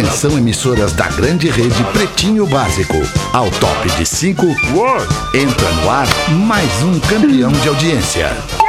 Atenção, emissoras da grande rede Pretinho Básico. Ao top de 5, entra no ar mais um campeão de audiência.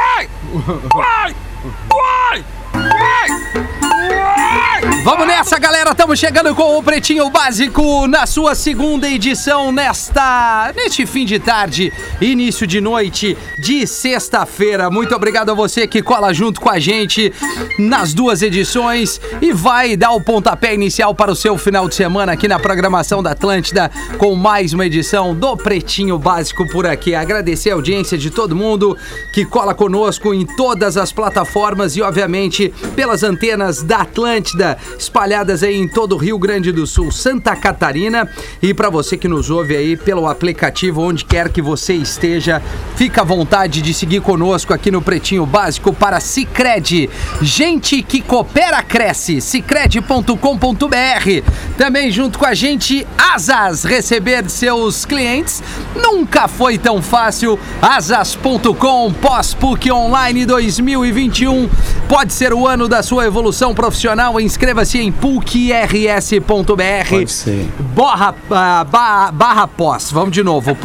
Vamos nessa, galera, estamos chegando com o Pretinho Básico na sua segunda edição neste fim de tarde, início de noite de sexta-feira. Muito obrigado a você que cola junto com a gente nas duas edições e vai dar o pontapé inicial para o seu final de semana aqui na programação da Atlântida com mais uma edição do Pretinho Básico por aqui. Agradecer a audiência de todo mundo que cola conosco em todas as plataformas e, obviamente, pelas antenas da Atlântida, espalhadas aí em todo o Rio Grande do Sul, Santa Catarina, e para você que nos ouve aí pelo aplicativo, onde quer que você esteja, fica à vontade de seguir conosco aqui no Pretinho Básico para Sicredi. Gente que coopera, cresce. Sicredi.com.br. Também junto com a gente, Asas. Receber seus clientes nunca foi tão fácil. Asas.com, pós-PUC Online 2021. Pode ser o ano da sua evolução profissional. Inscreva-se em PUCRS.br. Pode ser. Barra pós. Vamos de novo.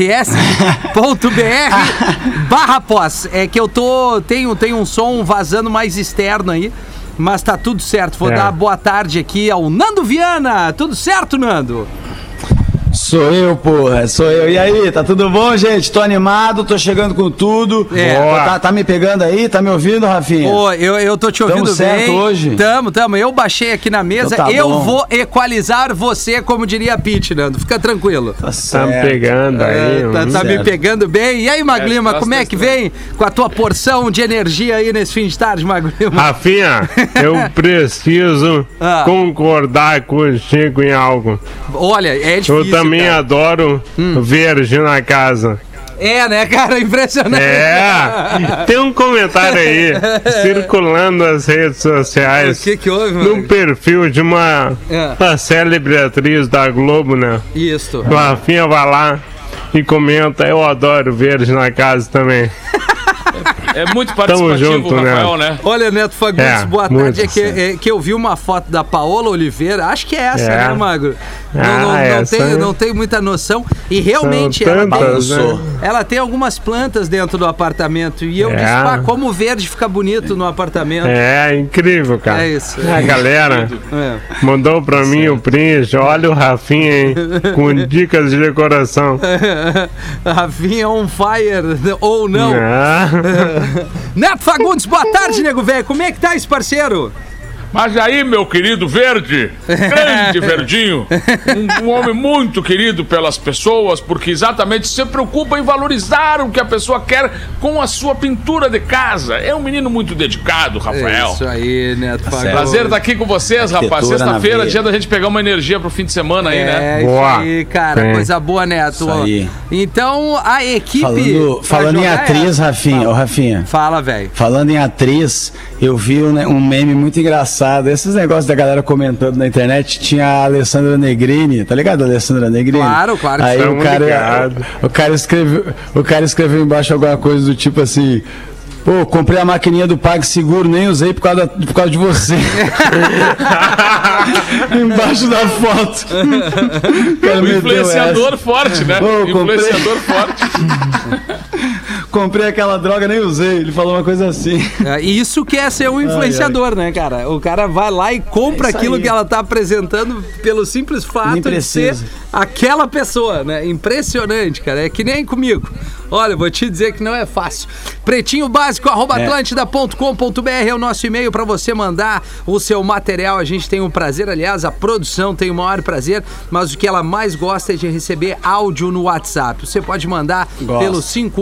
PUCRS.br/barra pós. É que eu tenho um som vazando mais externo aí, mas tá tudo certo. Vou dar boa tarde aqui ao Nando Viana. Tudo certo, Nando? Sou eu, porra, sou eu. E aí, tá tudo bom, gente? Tô animado, tô chegando com tudo. Tá me pegando aí? Tá me ouvindo, Rafinha? Pô, eu tô te ouvindo bem. Certo hoje? Tamo. Eu baixei aqui na mesa. Então tá eu bom. vou equalizar você, como diria a Pete, Nando. Fica tranquilo. Tá certo. Tá me pegando aí. Tá me pegando bem. E aí, Maglima, como é que vem com a tua porção de energia aí nesse fim de tarde, Maglima? Rafinha, eu preciso concordar contigo em algo. Olha, é difícil. Eu também adoro verde na casa. É, né, cara? Impressionante. Tem um comentário aí circulando nas redes sociais. O que houve, mano? No perfil de uma célebre atriz da Globo, né? Isso. O Rafinha vai lá e comenta: eu adoro verde na casa também. É muito participativo, junto, Rafael, né? Olha, Neto Fagundes, boa tarde. Que eu vi uma foto da Paola Oliveira, acho que é essa, né, Magro? Não tenho muita noção. E realmente ela tem algumas plantas dentro do apartamento. E eu disse, como o verde fica bonito no apartamento. É incrível, cara. É isso. A galera mandou pra mim o print. Olha o Rafinha, hein? Com dicas de decoração. Rafinha on fire, ou não. Neto Fagundes, boa tarde, nego velho. Como é que tá esse parceiro? Mas aí, meu querido Verde, grande Verdinho, um homem muito querido pelas pessoas, porque exatamente se preocupa em valorizar o que a pessoa quer com a sua pintura de casa. É um menino muito dedicado, Rafael. É isso aí, Neto Fagundes. Prazer estar aqui com vocês, rapaz. Sexta-feira, dia da gente pegar uma energia pro fim de semana aí, né? Isso aí, cara. Coisa boa, Neto. Isso aí. Então, a equipe... Falando em atriz, Rafinha. Fala, velho. Falando em atriz, eu vi um meme muito engraçado. Esses negócios da galera comentando na internet. Tinha a Alessandra Negrini, tá ligado? A Alessandra Negrini? Claro. Aí o cara escreveu embaixo alguma coisa do tipo assim: pô, comprei a maquininha do PagSeguro, nem usei por causa de você. Embaixo da foto. O influenciador forte, né? Influenciador forte. Comprei aquela droga, nem usei. Ele falou uma coisa assim. Isso que é ser um influenciador, né, cara? O cara vai lá e compra aquilo que ela tá apresentando pelo simples fato de ser aquela pessoa, né? Impressionante, cara. É que nem comigo. Olha, vou te dizer que não é fácil. Pretinho Básico, @atlantida.com.br é o nosso e-mail para você mandar o seu material. A gente tem um prazer, aliás, a produção tem o maior prazer, mas o que ela mais gosta é de receber áudio no WhatsApp. Você pode mandar pelo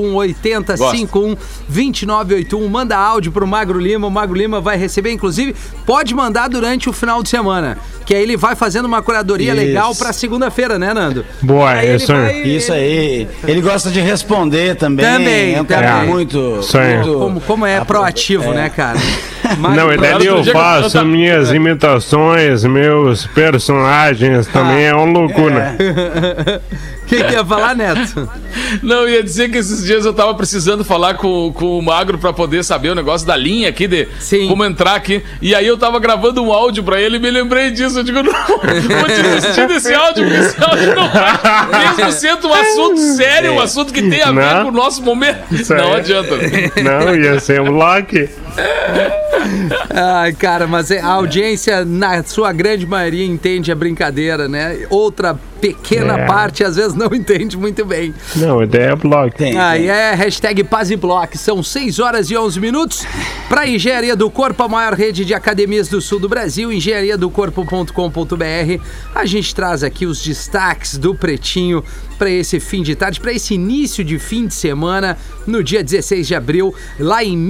5180512981. Manda áudio pro Magro Lima. O Magro Lima vai receber, inclusive, pode mandar durante o final de semana, que aí ele vai fazendo uma curadoria legal pra segunda-feira, né, Nando? Boa, isso aí. Ele gosta de responder também. É um cara muito como é proativo, né, cara? Mas, não, e daí eu faço minhas imitações, meus personagens, também é uma loucura. O que ia falar, Neto? Não, ia dizer que esses dias eu tava precisando falar com o Magro pra poder saber o negócio da linha aqui, de como entrar aqui. E aí eu tava gravando um áudio pra ele e me lembrei disso. isso. Eu digo, não, vou desistir desse áudio, porque esse áudio não vai. Mesmo sendo um assunto sério, um assunto que tem a ver com o nosso momento. Não adianta. Não, ia ser um bloco. Ai, cara, mas a audiência, na sua grande maioria, entende a brincadeira, né? Outra pequena parte, às vezes, não entende muito bem. Não, a ideia é bloco. Aí é hashtag Paz e Bloco. São 6 horas e 11 minutos. Para Engenharia do Corpo, a maior rede de academias do sul do Brasil, engenhariadocorpo.com.br. A gente traz aqui os destaques do Pretinho para esse fim de tarde, para esse início de fim de semana, no dia 16 de abril, lá em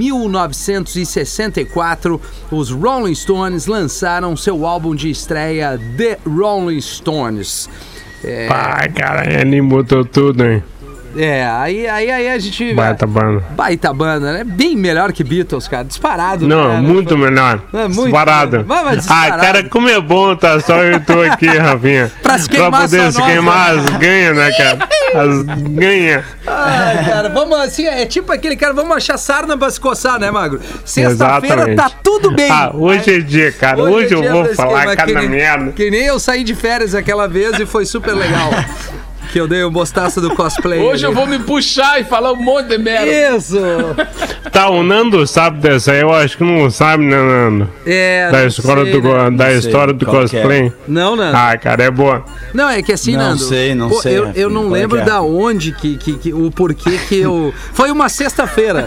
1964, os Rolling Stones lançaram seu álbum de estreia, The Rolling Stones. Pá, cara, animou tudo, hein? Aí a gente... Baita banda. Baita banda, né? Bem melhor que Beatles, cara. Disparado. Não, cara. muito melhor. Disparado. Ah, cara, como é bom, tá só eu tô aqui, Rafinha. Pra se queimar, poder se queimar as ganhas, né, cara? As ganhas. Ai, cara, vamos assim, é tipo aquele cara, vamos achar sarna pra se coçar, né, Magro? Sexta-feira tá tudo bem. Hoje é dia, cara. Hoje eu vou falar cada merda. Que nem eu saí de férias aquela vez e foi super legal. Que eu dei um bostaço do cosplay. Hoje ali. Eu vou me puxar e falar um monte de merda. Isso! Tá, o Nando sabe dessa aí, eu acho que não sabe, né, Nando? Da história do cosplay. Não, Nando. Ah, cara, é boa. Não, é que assim, não Nando. Sei. Eu não lembro da onde, o porquê que eu... Foi uma sexta-feira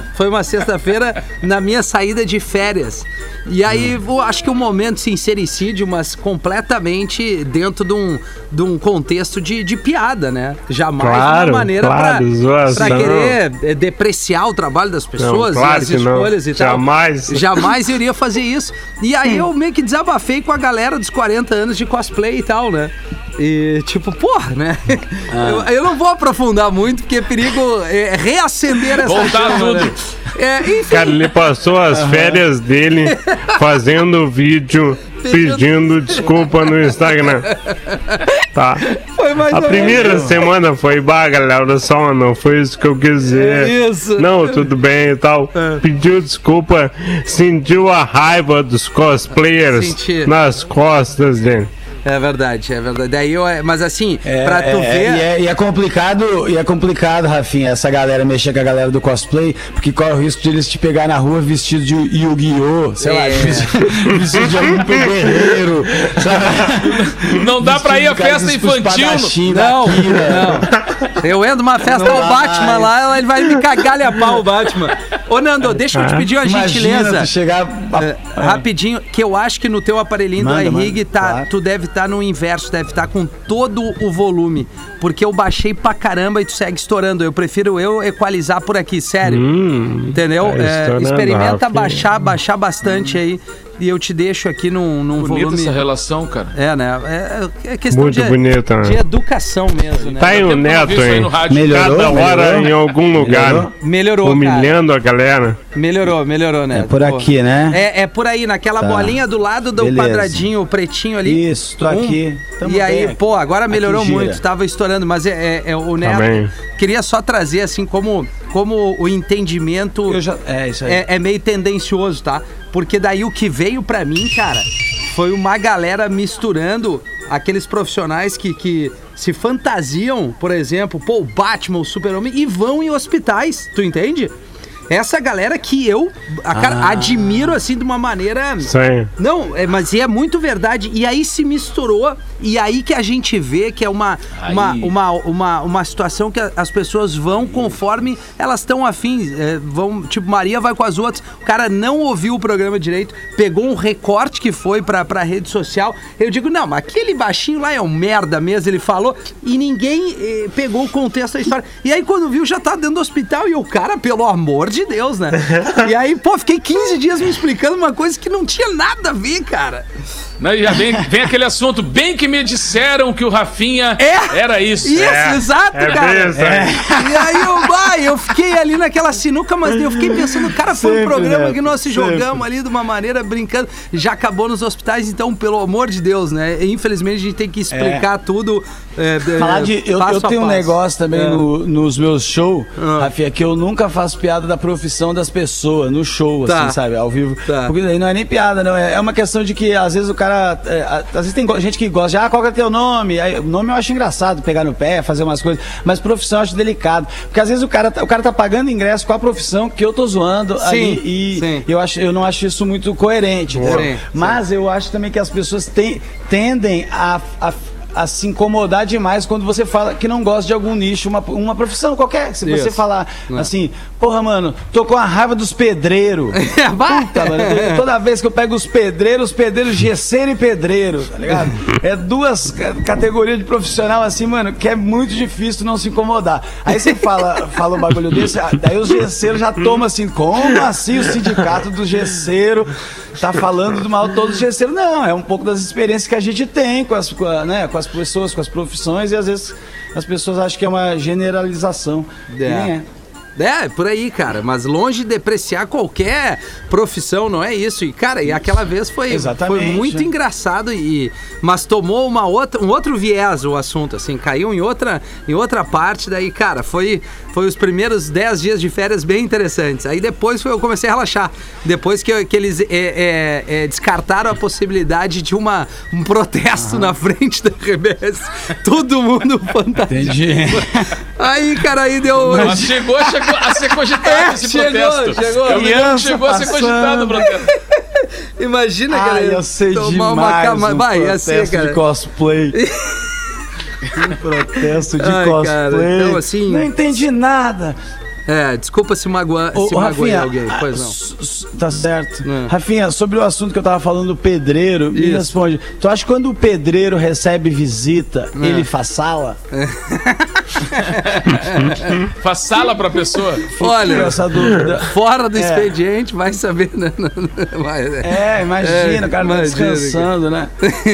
na minha saída de férias. E aí, eu acho que o momento sincericídio, mas completamente dentro de um contexto de piada, né? Jamais uma maneira pra querer depreciar o trabalho das pessoas não, claro e as escolhas e tal. Jamais eu iria fazer isso. E aí eu meio que desabafei com a galera dos 40 anos de cosplay e tal, né? E tipo, porra, né? Eu não vou aprofundar muito, porque é perigo reacender essa voltar tudo. Né? Enfim. Cara, ele passou as férias dele fazendo vídeo pedindo desculpa no Instagram. Tá. Foi mais a primeira semana foi, galera, só não foi isso que eu quis dizer. Isso. Não, tudo bem e tal. Pediu desculpa, sentiu a raiva dos cosplayers nas costas dele. É verdade. Daí mas assim, pra tu ver... E é complicado, Rafinha, essa galera mexer com a galera do cosplay, porque corre o risco de eles te pegar na rua vestido de Yu-Gi-Oh! Sei lá, vestido de algum guerreiro, sabe? Não dá pra ir à festa infantil. Não. Eu entro numa festa ao Batman lá, ele vai me cagar a pau, o Batman. Ô, Nando, deixa eu te pedir uma gentileza. Rapidinho, que eu acho que no teu aparelhinho do iRig tu deve estar no inverso, deve estar com todo o volume, porque eu baixei pra caramba e tu segue estourando. Eu prefiro equalizar por aqui, sério. Entendeu? Experimenta baixar bastante aí. E eu te deixo aqui num volume... Bonita essa relação, cara. Né? É questão muito bonita, de educação mesmo, né? Tá aí o Neto, hein? Cada hora em algum lugar. Melhorou, humilhando a galera. Melhorou, né? É por aqui, né? É por aí, naquela bolinha do lado do quadradinho, o pretinho ali. Isso, tô aqui. E aí, agora melhorou muito, tava estourando, mas o Neto... Também. Queria só trazer, assim, como o entendimento isso aí. É meio tendencioso, tá? Porque daí o que veio pra mim, cara, foi uma galera misturando aqueles profissionais que se fantasiam, por exemplo, o Batman, o Super-Homem, e vão em hospitais, tu entende? Essa galera que eu admiro, assim, de uma maneira... Sim. Não, mas é muito verdade. E aí se misturou, e aí que a gente vê que é uma situação que as pessoas vão conforme elas estão afins. Tipo, Maria vai com as outras. O cara não ouviu o programa direito, pegou um recorte que foi pra rede social. Eu digo, não, mas aquele baixinho lá é um merda mesmo, ele falou, e ninguém pegou o contexto da história. E aí quando viu, já tá dentro do hospital, e o cara, pelo amor de Deus, né? E aí, fiquei 15 dias me explicando uma coisa que não tinha nada a ver, cara. Não, e já vem aquele assunto, bem que me disseram que o Rafinha era isso. Isso, exato, cara. E aí eu fiquei ali naquela sinuca, mas eu fiquei pensando, cara, foi um programa que nós se jogamos ali de uma maneira brincando, já acabou nos hospitais, então, pelo amor de Deus, né? Infelizmente a gente tem que explicar tudo. Falar eu tenho um negócio também nos meus shows, Rafinha, que eu nunca faço piada da profissão das pessoas no show, assim, sabe, ao vivo. Porque daí não é nem piada, não. É uma questão de que às vezes o cara cara... às vezes tem gente que gosta de, qual que é teu nome? Aí, o nome eu acho engraçado, pegar no pé, fazer umas coisas, mas profissão eu acho delicado. Porque às vezes o cara tá pagando ingresso com a profissão que eu tô zoando ali, e eu não acho isso muito coerente. Mas eu acho também que as pessoas tendem a se incomodar demais quando você fala que não gosta de algum nicho, uma profissão qualquer. Se você falar assim, porra, mano, tô com a raiva dos pedreiros. Puta, mano, toda vez que eu pego os pedreiros gesseiro e pedreiro, tá ligado? É duas categorias de profissional assim, mano, que é muito difícil não se incomodar. Aí você fala um bagulho desse, daí os gesseiros já tomam assim, como assim o sindicato do gesseiro tá falando do mal de todos os gesseiros? Não, é um pouco das experiências que a gente tem com as pessoas, com as profissões, e às vezes as pessoas acham que é uma generalização. Por aí, cara, mas longe de depreciar qualquer profissão, não é isso. E, cara, e aquela vez foi muito engraçado, mas tomou um outro viés o assunto, assim, caiu em outra parte, daí, cara, foi os primeiros 10 dias de férias bem interessantes. Aí depois eu comecei a relaxar, depois que eles descartaram a possibilidade de um protesto na frente da RBS, todo mundo fantástico. Entendi. Aí, cara, aí deu... Mas chegou a ser cogitado esse protesto. Chegou a ser cogitado o protesto. Imagina, cara. Ia ser demais protesto de cosplay. Um protesto de cosplay. Cara, então, assim, não entendi nada. Desculpa se magoei alguém, pois não. Tá certo. Rafinha, sobre o assunto que eu tava falando do pedreiro, me responde. Tu acha que quando o pedreiro recebe visita, ele faz sala? Faz sala pra pessoa? Olha, essa dúvida. Fora do expediente, vai saber. Né? Imagina, o cara tá descansando, né?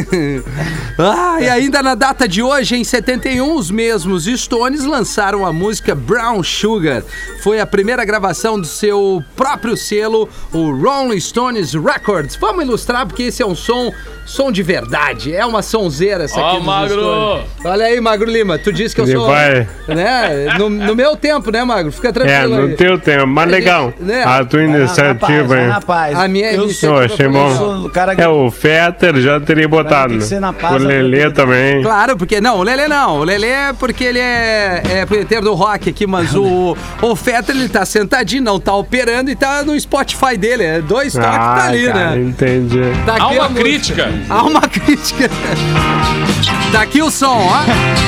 E ainda na data de hoje, em 71, os mesmos Stones lançaram a música Brown Sugar. Foi a primeira gravação do seu próprio selo, o Rolling Stones Records. Vamos ilustrar, porque esse é um som de verdade. É uma sonzeira essa aqui. Magro! Olha aí, Magro Lima, tu disse que eu sou... Né? No meu tempo, né, Magro? Fica tranquilo. No teu tempo, mas legal. A tua iniciativa, hein? A minha iniciativa. Achei bom. O Fetter já teria botado. O Lelê também. Claro, porque... Não, o Lelê não. O Lelê é porque ele é punheteiro do rock aqui, mas o Fetter, ele tá sentadinho, não tá operando e tá no Spotify dele. É 2 toques, tá ali, cara, né? Entendi. Há uma crítica. Há uma crítica. Daqui o som, ó.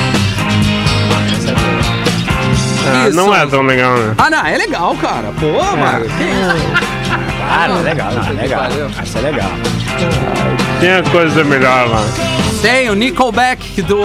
Não é tão legal, né? Não, é legal, cara. Pô, mano. É legal, legal. Isso é legal. Tem coisa melhor lá. Tem o Nickelback do...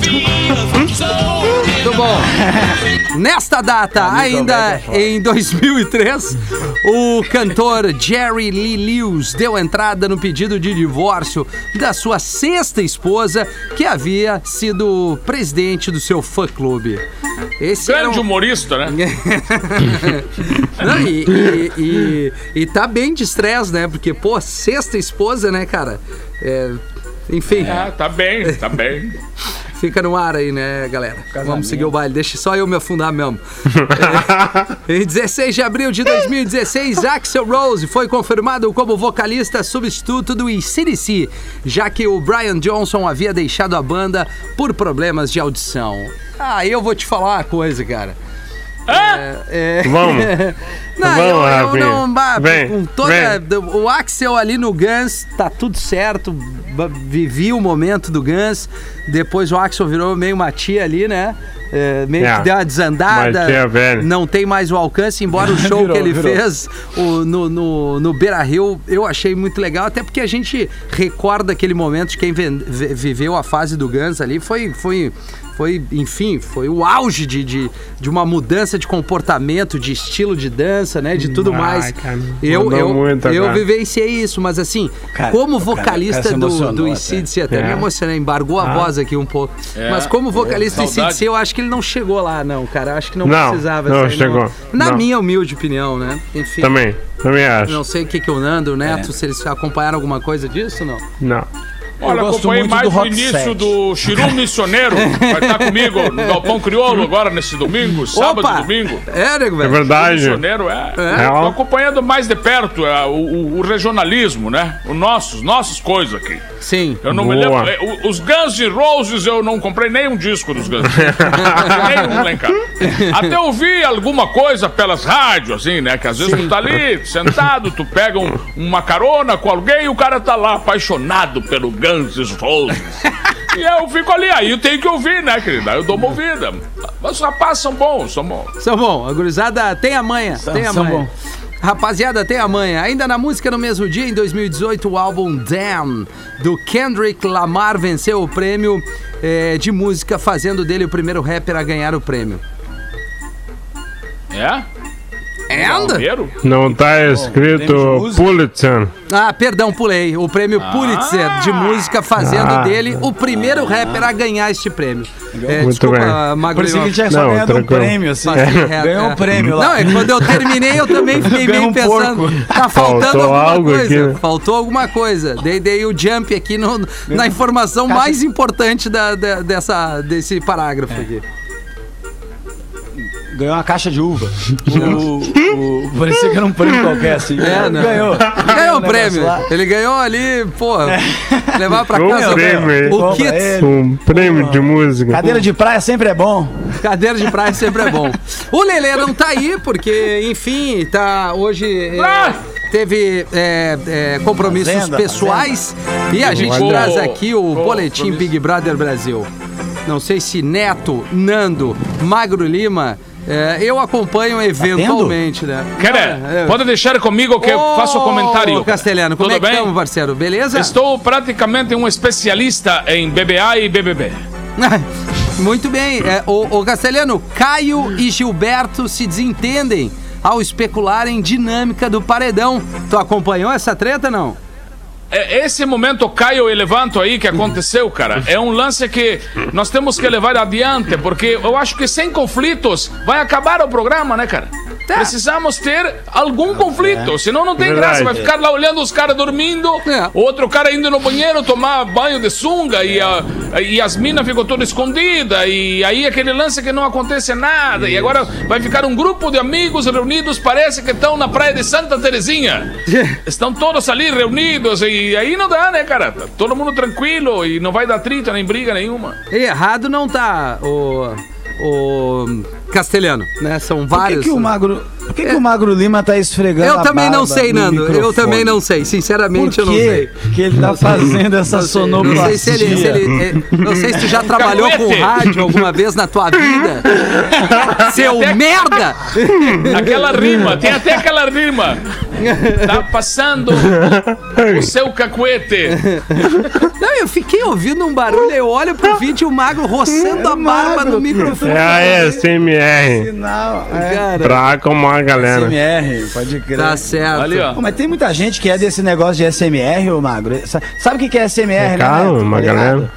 Muito bom. Nesta data, ainda em 2003, o cantor Jerry Lee Lewis deu entrada no pedido de divórcio da sua 6ª esposa, que havia sido presidente do seu fã-clube. Grande humorista, né? Não, e tá bem de estresse, né? Porque, 6ª esposa, né, cara? Enfim. Tá bem. Fica no ar aí, né, galera? Vamos seguir o baile. Deixa só eu me afundar mesmo. Em 16 de abril de 2016, Axl Rose foi confirmado como vocalista substituto do AC/DC, já que o Brian Johnson havia deixado a banda por problemas de audição. Eu vou te falar uma coisa, cara. Vamos. O Axl ali no Guns, tá tudo certo. Vivi o momento do Guns. Depois o Axl virou meio Matia ali, né? Meio que deu uma desandada. Não tem mais o alcance, embora o show que ele fez no Beira Rio eu achei muito legal, até porque a gente recorda aquele momento de quem viveu a fase do Guns ali. Foi, enfim, foi o auge de uma mudança de comportamento, de estilo de dança, né? De tudo mais. Cara, eu vivenciei isso, mas assim, como vocalista do AC/DC, até me emocionei, embargou a voz aqui um pouco. Mas como vocalista do AC/DC, eu acho que ele não chegou lá, não, cara. Eu acho que não precisava. Não chegou. Na minha humilde opinião, né? Enfim. Também acho. Não sei o que o Nando, o Neto, se eles acompanharam alguma coisa disso, não? Não. Olha, gosto acompanhei muito mais do o Rock início 7. do Chiru Missioneiro. Vai estar comigo no Galpão Crioulo agora nesse domingo, sábado e domingo. É, nego, É velho. verdade. Missioneiro, Tô acompanhando mais de perto o regionalismo, né? Os nossos coisas aqui. Sim. Eu não me lembro. Os Guns N' Roses eu não comprei nenhum disco dos Guns. Nenhum lá em casa. Até ouvi alguma coisa pelas rádios, assim, né? Que às vezes tu tá ali, sentado, tu pega uma carona com alguém e o cara tá lá apaixonado pelo Guns N' Roses. E eu fico ali, aí eu tenho que ouvir, né, querida? Aí eu dou uma ouvida. Mas os rapazes são bons. São bons. A gurizada tem a manha. São bons. Rapaziada, tem a manha. Ainda na música, no mesmo dia, em 2018, o álbum Damn, do Kendrick Lamar, venceu o prêmio de música, fazendo dele o primeiro rapper a ganhar o prêmio. É? Não tá escrito Pulitzer. Ah, perdão, pulei. O prêmio Pulitzer de música, fazendo dele o primeiro rapper a ganhar este prêmio. Muito Desculpa, bem. Magro. Por isso que a gente já só ganhando um prêmio, assim. Ganhou um prêmio lá. Não, é que quando eu terminei, eu também fiquei meio pensando. Tá faltando alguma coisa. Aqui. Faltou alguma coisa. Dei o jump aqui na informação mais importante desse parágrafo aqui. Ganhou uma caixa de uva. Parecia que era um prêmio qualquer, assim. Não. Ganhou o prêmio. Ele ganhou ali, levar pra casa o kit. Um prêmio de música. Cadeira de praia sempre é bom. Cadeira de praia sempre é bom. O Lelê não tá aí, porque, enfim, tá hoje... Teve compromissos pessoais e a gente traz aqui o Boletim Big Brother Brasil. Não sei se Neto, Nando, Magro Lima... eu acompanho eventualmente, né? Pode deixar comigo que eu faço o comentário. Castelhano, como Tudo bem? Estamos, parceiro? Beleza? Estou praticamente um especialista em BBA e BBB. Muito bem. O Castelhano, Caio e Gilberto se desentendem ao especularem dinâmica do paredão. Tu acompanhou essa treta, não? Esse momento Caio e Levanto aí que aconteceu, cara, é um lance que nós temos que levar adiante, porque eu acho que sem conflitos vai acabar o programa, né, cara? Precisamos ter algum conflito, senão não tem graça. Vai ficar lá olhando os caras dormindo, outro cara indo no banheiro tomar banho de sunga e as minas ficam todas escondidas, e aí aquele lance que não acontece nada, e agora vai ficar um grupo de amigos reunidos, parece que estão na praia de Santa Terezinha. Estão todos ali reunidos, e aí não dá, né, cara? Tá todo mundo tranquilo e não vai dar treta nem briga nenhuma. Errado não tá, o Castelhano, né? São vários. Por que o Magro Lima tá esfregando Eu também não sei, Nando. microfone? Eu também não sei. Sinceramente, eu não sei. Que ele tá fazendo essa sonoplastia? Não sei se ele não sei se tu já trabalhou com rádio alguma vez na tua vida. Seu merda! Aquela rima, tem até aquela rima. Tá passando o seu cacuete. Não, eu fiquei ouvindo um barulho, eu olho pro vídeo e o Magro roçando a barba no microfone. É a SMR. Sinal, Pra acalmar a galera. SMR, pode crer. Tá certo. Ali, ó. Mas tem muita gente que é desse negócio de SMR, ô Magro. Sabe o que é SMR, né? Calma, uma galera.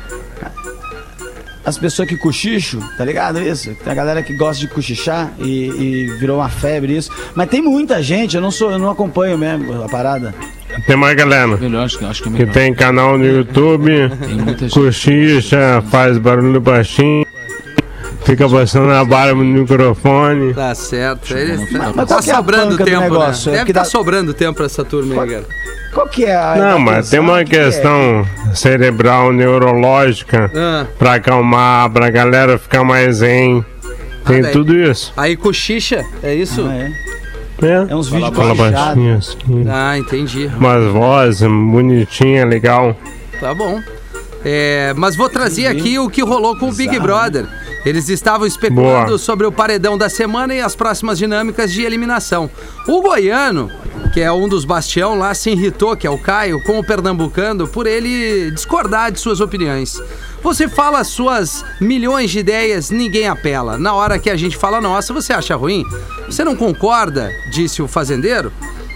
As pessoas que cochicham, tá ligado isso? Tem a galera que gosta de cochichar e virou uma febre isso. Mas tem muita gente, eu não acompanho mesmo a parada. Tem mais galera que tem canal no YouTube, cochicha, faz barulho baixinho, fica passando a barba no microfone. Tá certo. Mas tá sobrando tempo, negócio? né? Deve estar sobrando tempo pra essa turma aí, cara. Qual que é a... Não, mas tem uma questão cerebral, neurológica, pra acalmar, pra galera ficar mais zen. Tem tudo isso. Aí cochicha, é isso? É uns vídeos Fala baixinho assim. Ah, entendi. Umas vozes bonitinha, legal. Tá bom. Mas vou trazer aqui o que rolou com o Big Brother. Eles estavam especulando sobre o paredão da semana e as próximas dinâmicas de eliminação. O goiano, que é um dos bastião lá, se irritou, que é o Caio, com o pernambucano, por ele discordar de suas opiniões. Você fala suas milhões de ideias, ninguém apela. Na hora que a gente fala nossa, você acha ruim? Você não concorda? Disse o fazendeiro.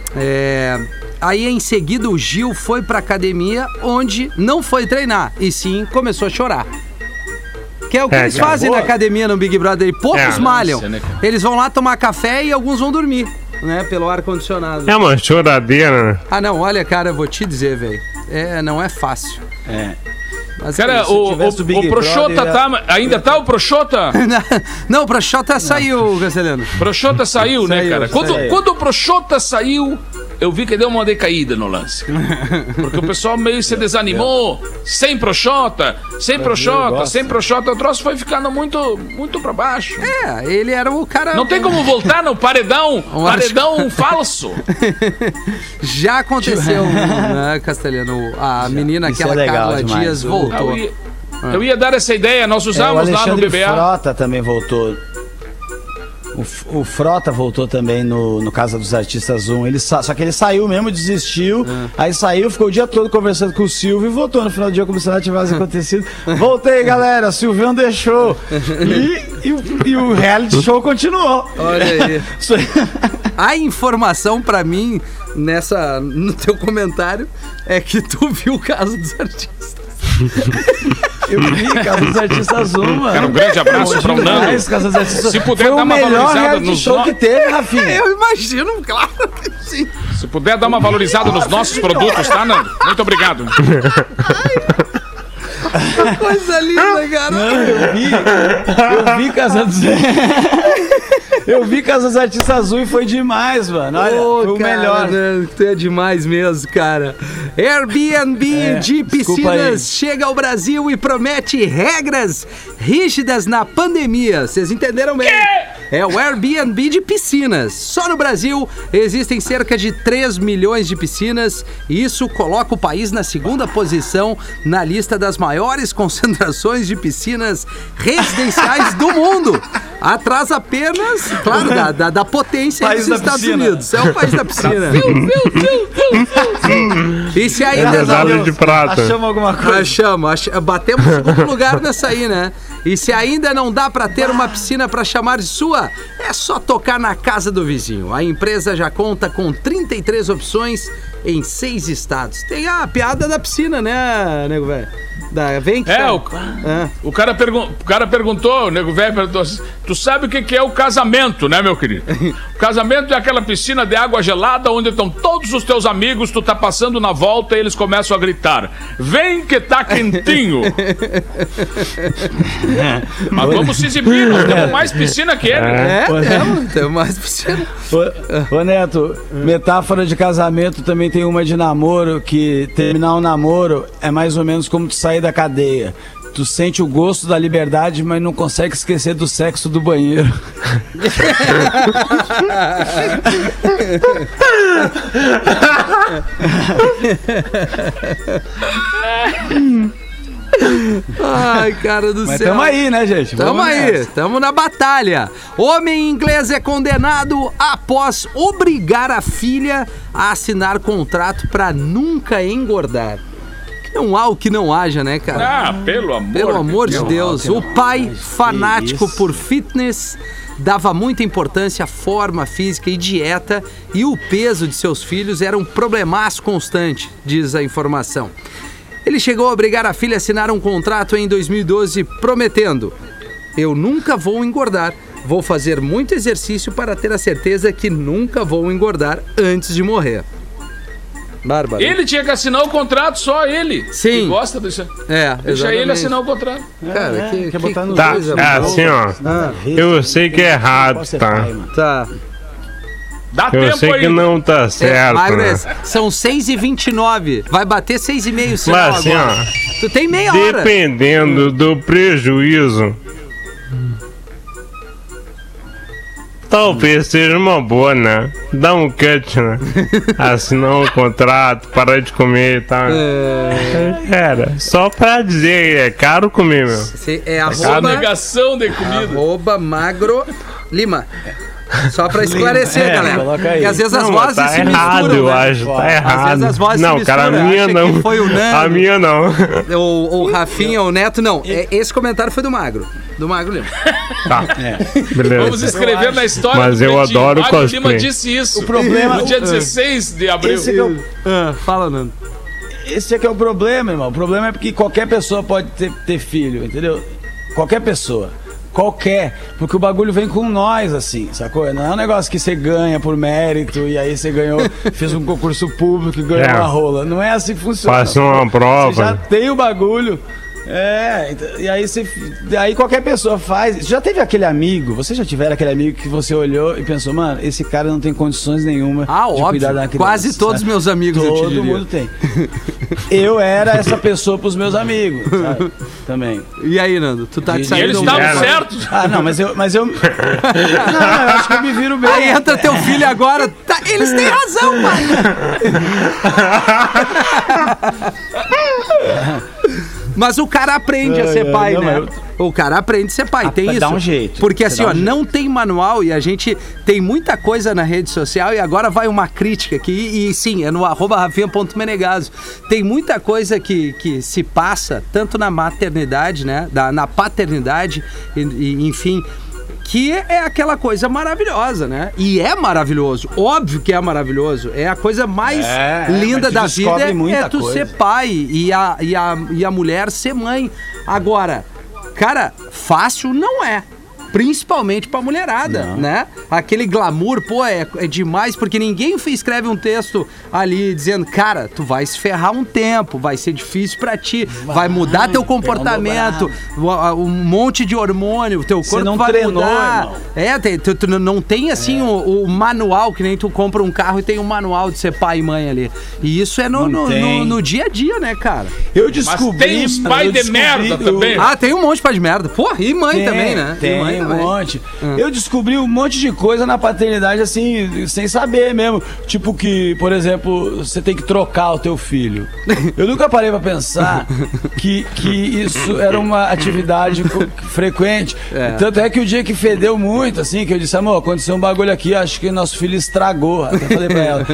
Aí em seguida o Gil foi pra academia, onde não foi treinar, e sim começou a chorar. Que é o que eles fazem na academia no Big Brother, e poucos malham. Eles vão lá tomar café e alguns vão dormir, né, pelo ar-condicionado. É uma choradeira, né? Ah não, olha cara, eu vou te dizer, velho. não é fácil. Mas, cara, o Proxota ainda tá o Proxota? Não, o Proxota saiu, Castelhano. Proxota saiu, né, cara? Quando o Proxota saiu, eu vi que deu uma decaída no lance. Porque o pessoal meio se desanimou. Sem Proxota. O troço foi ficando muito, muito pra baixo. Ele era o cara... Não tem como voltar no paredão falso. Já aconteceu, né, Castelhano? A menina, aquela Carla Dias, voltou. Eu ia dar essa ideia, nós usamos lá no BBA. O Frota também voltou. O Frota voltou também no Casa dos Artistas 1. Só que ele saiu mesmo, desistiu. Aí saiu, ficou o dia todo conversando com o Silvio e voltou no final do dia como se nada tivesse acontecido. Voltei, galera, o Silvião deixou. E o reality show continuou. Olha aí. A informação pra mim, no teu comentário, é que tu viu o Casa dos Artistas. Eu vi Casa dos Artistas 1, mano. Cara, um grande abraço pra o Nando. Se puder dar uma valorizada nos show que teve, Rafinha. Eu imagino, claro que sim. Se puder dar uma valorizada nos nossos produtos, tá, Nando? Muito obrigado. Que coisa linda, cara. Não, eu vi Casa dos Eu vi Casa dos Artistas Azul e foi demais, mano. Olha, foi o melhor. Né? É demais mesmo, cara. Airbnb de piscinas chega ao Brasil e promete regras rígidas na pandemia. Vocês entenderam bem? É o Airbnb de piscinas. Só no Brasil existem cerca de 3 milhões de piscinas e isso coloca o país na segunda posição na lista das maiores concentrações de piscinas residenciais do mundo. Atrás apenas, claro, da potência dos Estados Unidos. É o país da piscina. E se ainda não... de prata. Achamos alguma coisa? Achamos. Batemos segundo lugar nessa aí, né? E se ainda não dá pra ter uma piscina pra chamar de sua, é só tocar na casa do vizinho. A empresa já conta com 33 opções em 6 estados. Tem a piada da piscina, né, nego velho? Vem que o cara perguntou, o nego velho perguntou assim, tu sabe o que é o casamento, né, meu querido? O casamento é aquela piscina de água gelada onde estão todos os teus amigos, tu tá passando na volta e eles começam a gritar, vem que tá quentinho. Mas vamos se exibir, nós temos mais piscina que ele. Temos mais piscina. Ô Neto, metáfora de casamento também tem uma de namoro, que terminar um namoro é mais ou menos como tu sair da cadeia. Tu sente o gosto da liberdade, mas não consegue esquecer do sexo do banheiro. Ai, cara do mas céu. Tamo aí, né, gente? Tamo aí, tamo na batalha. Homem inglês é condenado após obrigar a filha a assinar contrato pra nunca engordar. Não há o que não haja, né, cara? Pelo amor de Deus. O pai, fanático por fitness, dava muita importância à forma física e dieta, e o peso de seus filhos era um problemaço constante, diz a informação. Ele chegou a obrigar a filha a assinar um contrato em 2012 prometendo: eu nunca vou engordar, vou fazer muito exercício para ter a certeza que nunca vou engordar antes de morrer. Bárbaro. Ele tinha que assinar o contrato, só ele. Sim. Que gosta disso. Deixa ele assinar o contrato. Cara, quer botar no tá, assim, ó. Eu sei que é errado, tá? Tá. Dá eu tempo sei aí. Que não tá certo, Agnes, né? são 6h29. Vai bater 6h30 o mas assim, agora. ó, tu tem meia hora. Dependendo do prejuízo, talvez seja uma boa, né? Dá um cut, né? Assinar um contrato, parar de comer e tal. Era, só pra dizer, é caro comer, meu. É sonegação de comida. @Magro Lima. Só pra esclarecer, galera. Porque às vezes as vozes tá se errado, misturam, eu né? acho. Tá errado. Às vezes as vozes não, se cara, misturam. a minha não. Foi o Nando, a minha não. O Rafinha, o Neto, não. Esse comentário foi do Magro. Do Magro Lima. Tá. Beleza. Vamos escrever na história. Mas eu adoro o cosplay. Lima disse isso. O problema, no dia 16 de abril. Fala, Nando. Esse é que é o problema, irmão. O problema é porque qualquer pessoa pode ter filho, entendeu? Qualquer pessoa. qualquer, porque o bagulho vem com nós, assim, sacou? Não é um negócio que você ganha por mérito e aí você ganhou, fez um concurso público e ganhou uma rola. Não é assim que funciona. Passou uma prova. Você já tem o bagulho. E aí qualquer pessoa faz. Já teve aquele amigo, você já tiver aquele amigo que você olhou e pensou, mano, esse cara não tem condições nenhuma de cuidar da criança. Quase todos os meus amigos, todo mundo tem. Eu era essa pessoa pros meus amigos, sabe? Também. E aí, Nando, tu tá saindo. Eles estavam certos. Não, mas eu não, eu acho que eu me viro bem. Aí entra teu filho agora. Tá, eles têm razão, pai. Mas o cara aprende a ser pai, né? O cara aprende a ser pai, tem isso. Dá um jeito. Porque assim, não tem manual e a gente tem muita coisa na rede social e agora vai uma crítica aqui e sim, é no @rafinha.menegaso. Tem muita coisa que se passa, tanto na maternidade, né? Na paternidade, enfim, que é aquela coisa maravilhosa, né? E é maravilhoso, óbvio que é maravilhoso. É a coisa mais linda da vida, é tu ser pai e a mulher ser mãe. Agora, cara, fácil não é. Principalmente pra mulherada, né? Aquele glamour, pô, é demais, porque ninguém escreve um texto ali dizendo, cara, tu vai se ferrar um tempo, vai ser difícil pra ti, vai mudar teu comportamento, um monte de hormônio, teu corpo não vai treinou, mudar. Irmão. Tu não tem assim o manual, que nem tu compra um carro e tem um manual de ser pai e mãe ali. E isso é no dia a dia, né, cara? Eu descobri... Mas tem uns pai de merda também. Tem um monte de pai de merda. Porra, e mãe também, né? Tem um monte. Eu descobri um monte de coisa na paternidade, assim, sem saber mesmo. Tipo que, por exemplo, você tem que trocar o teu filho. Eu nunca parei pra pensar que isso era uma atividade frequente. Tanto é que o dia que fedeu muito, assim, que eu disse, amor, aconteceu um bagulho aqui, acho que nosso filho estragou. Até falei pra ela.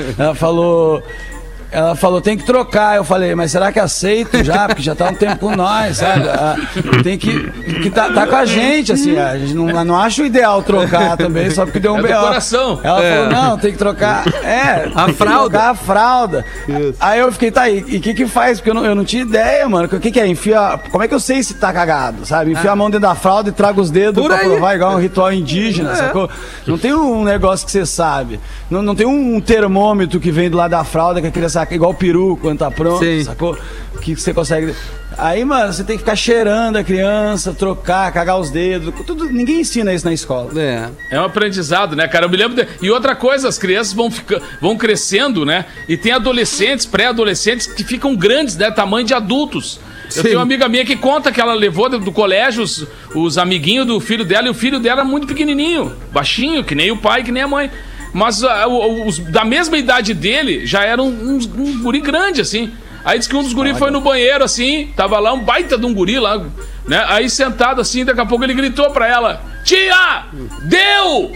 Ela falou, tem que trocar. Eu falei, mas será que aceito já? Porque já tá um tempo com nós, sabe? Tem que tá com a gente, assim. A gente não acha o ideal trocar também, só porque deu um B.O. coração. Ela falou, não, tem que trocar. A fralda. Trocar a fralda. Isso. Aí eu fiquei, tá aí, e o que faz? Porque eu não tinha ideia, mano. O que é? Enfia. Como é que eu sei se tá cagado, sabe? Enfia a mão dentro da fralda e traga os dedos pra provar, igual um ritual indígena, sacou? Não tem um negócio que você sabe. Não tem um termômetro que vem do lado da fralda que a criança igual o peru quando tá pronto, sacou? Que você consegue... Aí, mano, você tem que ficar cheirando a criança, trocar, cagar os dedos, tudo. Ninguém ensina isso na escola. É um aprendizado, né, cara? Eu me lembro E outra coisa, as crianças vão crescendo, né? E tem adolescentes, pré-adolescentes que ficam grandes, né? Tamanho de adultos. Eu tenho uma amiga minha que conta que ela levou do colégio os amiguinhos do filho dela, e o filho dela era muito pequenininho, baixinho, que nem o pai, que nem a mãe. Mas os da mesma idade dele já eram um guri grande, assim. Aí diz que um dos guris foi no banheiro, assim, tava lá um baita de um guri lá, né? Aí sentado assim, daqui a pouco ele gritou pra ela, tia, deu!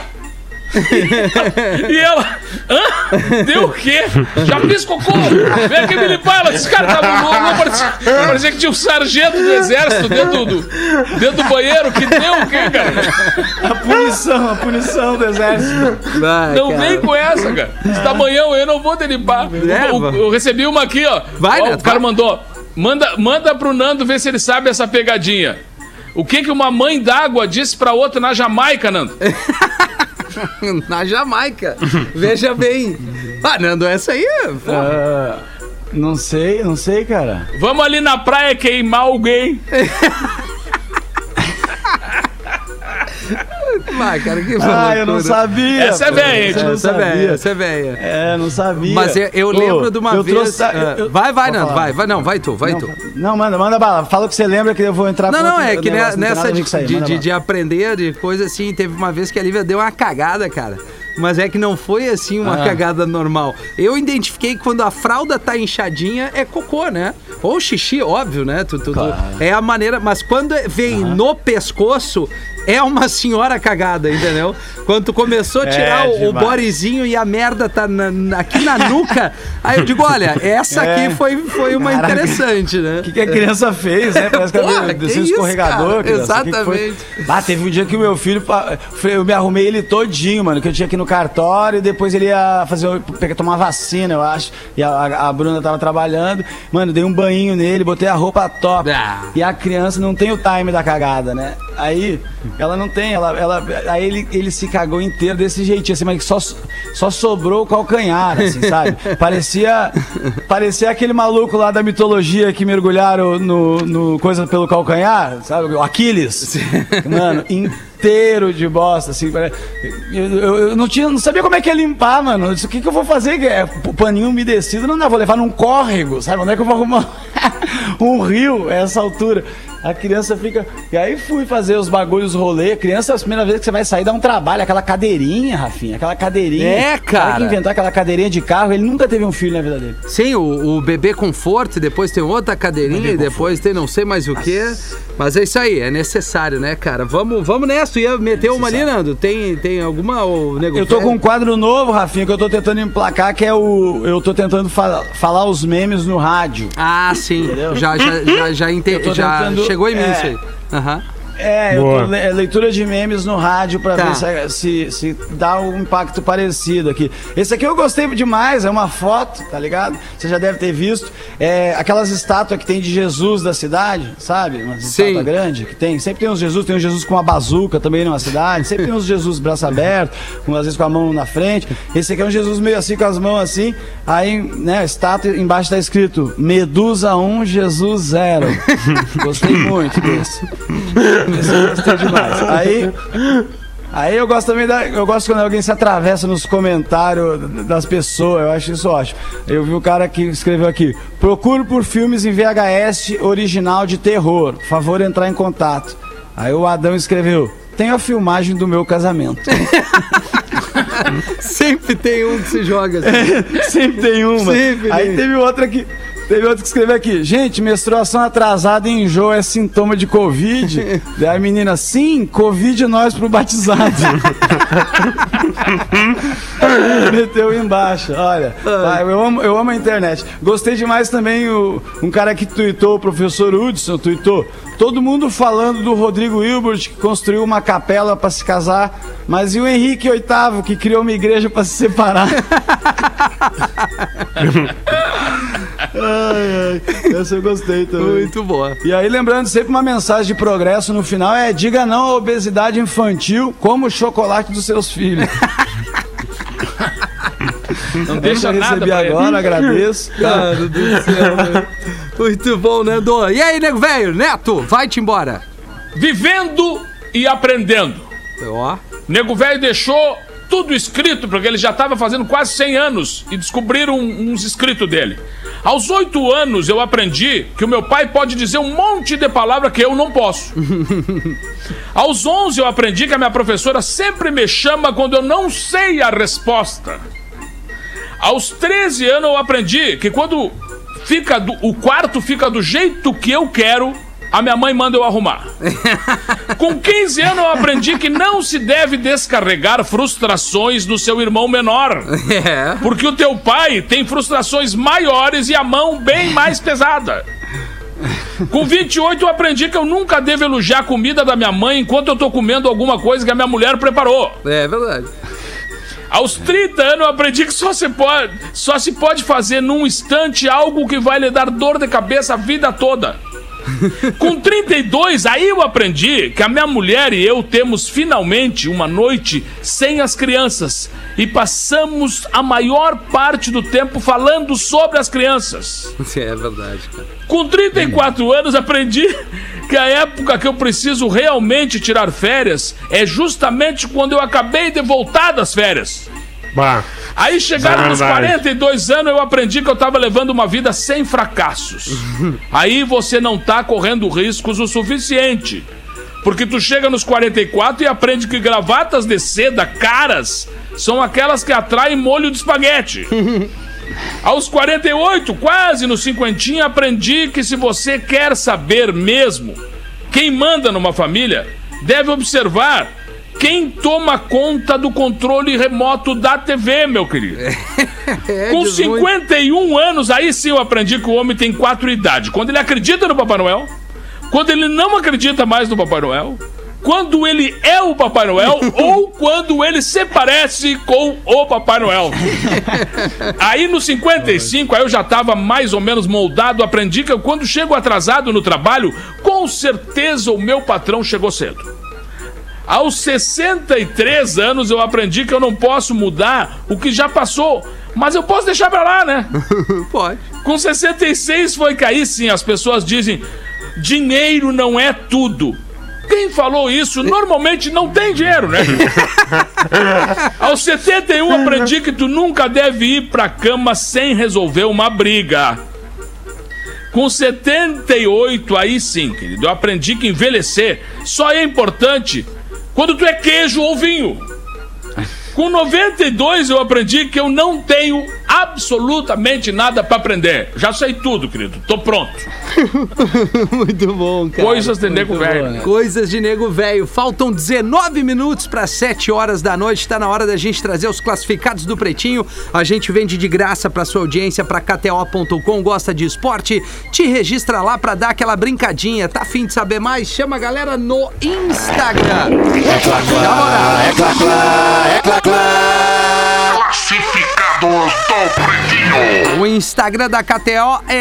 E ela, deu o quê? Já fiz cocô? Vem aqui me limpar. Ela disse, cara, tava louco. Parecia que tinha um sargento do exército dentro do banheiro. Que deu o quê, cara? A punição do exército. Não vem com essa, cara. Esse tamanhão eu não vou te limpar. Eu recebi uma aqui, ó. O cara mandou, manda pro Nando ver se ele sabe essa pegadinha. O que uma mãe d'água disse pra outra na Jamaica, Nando? Na Jamaica. Veja bem. Nando, essa aí é... Não sei, cara. Vamos ali na praia queimar alguém. Cara, que eu não sabia. Essa é velha, gente. Essa é velha. Não sabia. Mas eu lembro de uma vez... Vai, Nando, vai. Não, vai tu. Não, manda bala. Fala o que você lembra que eu vou entrar... Não, é que nessa de aprender, de coisa assim, teve uma vez que a Lívia deu uma cagada, cara. Mas é que não foi assim uma cagada normal. Eu identifiquei que quando a fralda tá inchadinha, é cocô, né? Ou xixi, óbvio, né? Claro. É a maneira... Mas quando vem no pescoço... É uma senhora cagada, entendeu? Quando tu começou a tirar o bodezinho e a merda tá aqui na nuca, aí eu digo, olha, essa aqui foi uma interessante, né? O que a criança fez, né? Parece que ela desceu um escorregador. Exatamente. Teve um dia que o meu filho, eu me arrumei ele todinho, mano, que eu tinha que ir no cartório, e depois ele ia tomar vacina, eu acho. E a Bruna tava trabalhando. Mano, dei um banho nele, botei a roupa top. E a criança não tem o time da cagada, né? Aí, ela não tem, aí ele se cagou inteiro desse jeitinho, assim, mas só sobrou o calcanhar, assim, sabe? Parecia aquele maluco lá da mitologia que mergulharam no coisa pelo calcanhar, sabe? O Aquiles. Mano, inteiro de bosta, assim. Eu não sabia como é que ia limpar, mano. Eu disse, o que eu vou fazer? O paninho umedecido, não, vou levar num córrego, sabe? Onde é que eu vou arrumar um rio a essa altura? A criança fica... E aí fui fazer os bagulhos, rolê. A criança, a primeira vez que você vai sair, dá um trabalho. Aquela cadeirinha, Rafinha, aquela cadeirinha. É, cara. O cara que inventou aquela cadeirinha de carro, ele nunca teve um filho na vida dele. Sim, o bebê conforto, depois tem outra cadeirinha, e depois tem não sei mais o que. Mas é isso aí, é necessário, né, cara? Vamos nessa. Tu ia meter uma ali, Nando? Tem alguma... Eu tô com um quadro novo, Rafinha, que eu tô tentando emplacar, que é eu tô tentando falar os memes no rádio. Ah, sim. Entendeu? Já entendi. Chegou em mim isso aí. Aham. Leitura de memes no rádio pra ver se dá um impacto parecido aqui. Esse aqui eu gostei demais, é uma foto, tá ligado? Você já deve ter visto. Aquelas estátuas que tem de Jesus da cidade, sabe? Uma estátua grande que tem. Sempre tem um Jesus com uma bazuca também numa cidade. Sempre tem uns Jesus braço aberto, às vezes com a mão na frente. Esse aqui é um Jesus meio assim, com as mãos assim. Aí, né, a estátua embaixo tá escrito Medusa 1, Jesus 0. Gostei muito desse. Esse eu gostei demais. Aí eu gosto também eu gosto quando alguém se atravessa nos comentários das pessoas, eu acho isso ótimo. Eu vi o cara que escreveu aqui: procuro por filmes em VHS original de terror, favor entrar em contato. Aí o Adão escreveu: tenho a filmagem do meu casamento. Sempre tem um que se joga assim. Sempre tem uma. Aí teve outro que escreveu aqui: gente, menstruação atrasada e enjoo é sintoma de Covid. Daí a menina: sim, Covid nós pro batizado. Meteu embaixo. Olha, eu amo a internet. Gostei demais também um cara que tweetou, o professor Hudson, tweetou: todo mundo falando do Rodrigo Hilbert, que construiu uma capela pra se casar, mas e o Henrique VIII, que criou uma igreja pra se separar? Essa eu gostei também. Muito boa. E aí, lembrando, sempre uma mensagem de progresso no final diga não à obesidade infantil, como o chocolate dos seus filhos. Não deixa nada recebi agora, agradeço. Cara do céu, velho. Muito bom, Nando. E aí, nego velho, Neto, vai-te embora. Vivendo e aprendendo. Nego velho deixou tudo escrito, porque ele já estava fazendo quase 100 anos e descobriram uns escritos dele. Aos 8 anos eu aprendi que o meu pai pode dizer um monte de palavra que eu não posso. Aos 11 eu aprendi que a minha professora sempre me chama quando eu não sei a resposta. Aos 13 anos eu aprendi que quando o quarto fica do jeito que eu quero, a minha mãe manda eu arrumar. Com 15 anos eu aprendi que não se deve descarregar frustrações no seu irmão menor. Porque o teu pai tem frustrações maiores e a mão bem mais pesada. Com 28 eu aprendi que eu nunca devo elogiar a comida da minha mãe enquanto eu tô comendo alguma coisa que a minha mulher preparou. É verdade. Aos 30 anos eu aprendi que só se pode fazer num instante algo que vai lhe dar dor de cabeça a vida toda. Com 32, aí eu aprendi que a minha mulher e eu temos finalmente uma noite sem as crianças e passamos a maior parte do tempo falando sobre as crianças. É verdade, cara. Com 34 anos aprendi que a época que eu preciso realmente tirar férias é justamente quando eu acabei de voltar das férias. Aí chegaram nos 42 anos, eu aprendi que eu tava levando uma vida sem fracassos. Aí você não tá correndo riscos o suficiente. Porque tu chega nos 44 e aprende que gravatas de seda caras são aquelas que atraem molho de espaguete. Aos 48, quase no cinquentinha, aprendi que se você quer saber mesmo quem manda numa família, deve observar quem toma conta do controle remoto da TV, meu querido. Com 51 anos, aí sim eu aprendi que o homem tem 4 idades. Quando ele acredita no Papai Noel, quando ele não acredita mais no Papai Noel quando ele é o Papai Noel ou quando ele se parece com o Papai Noel. Aí no 55, aí eu já tava mais ou menos moldado, aprendi que eu, quando chego atrasado no trabalho, com certeza o meu patrão chegou cedo. Aos 63 anos eu aprendi que eu não posso mudar o que já passou, mas eu posso deixar pra lá, né? Pode. Com 66 foi cair sim, as pessoas dizem, dinheiro não é tudo. Quem falou isso normalmente não tem dinheiro, né? Aos 71 aprendi que tu nunca deve ir pra cama sem resolver uma briga. Com 78, aí sim, querido, eu aprendi que envelhecer só é importante quando tu é queijo ou vinho. Com 92 eu aprendi que eu não tenho absolutamente nada pra aprender. Já sei tudo, querido. Tô pronto. Muito bom, cara. Coisas de nego velho. Né? Coisas de nego velho. Faltam 19 minutos para 7 horas da noite. Tá na hora da gente trazer os classificados do Pretinho. A gente vende de graça pra sua audiência, pra KTO.com. Gosta de esporte? Te registra lá pra dar aquela brincadinha. Tá afim de saber mais? Chama a galera no Instagram. Classificados do Pretinho. O Instagram da KTO é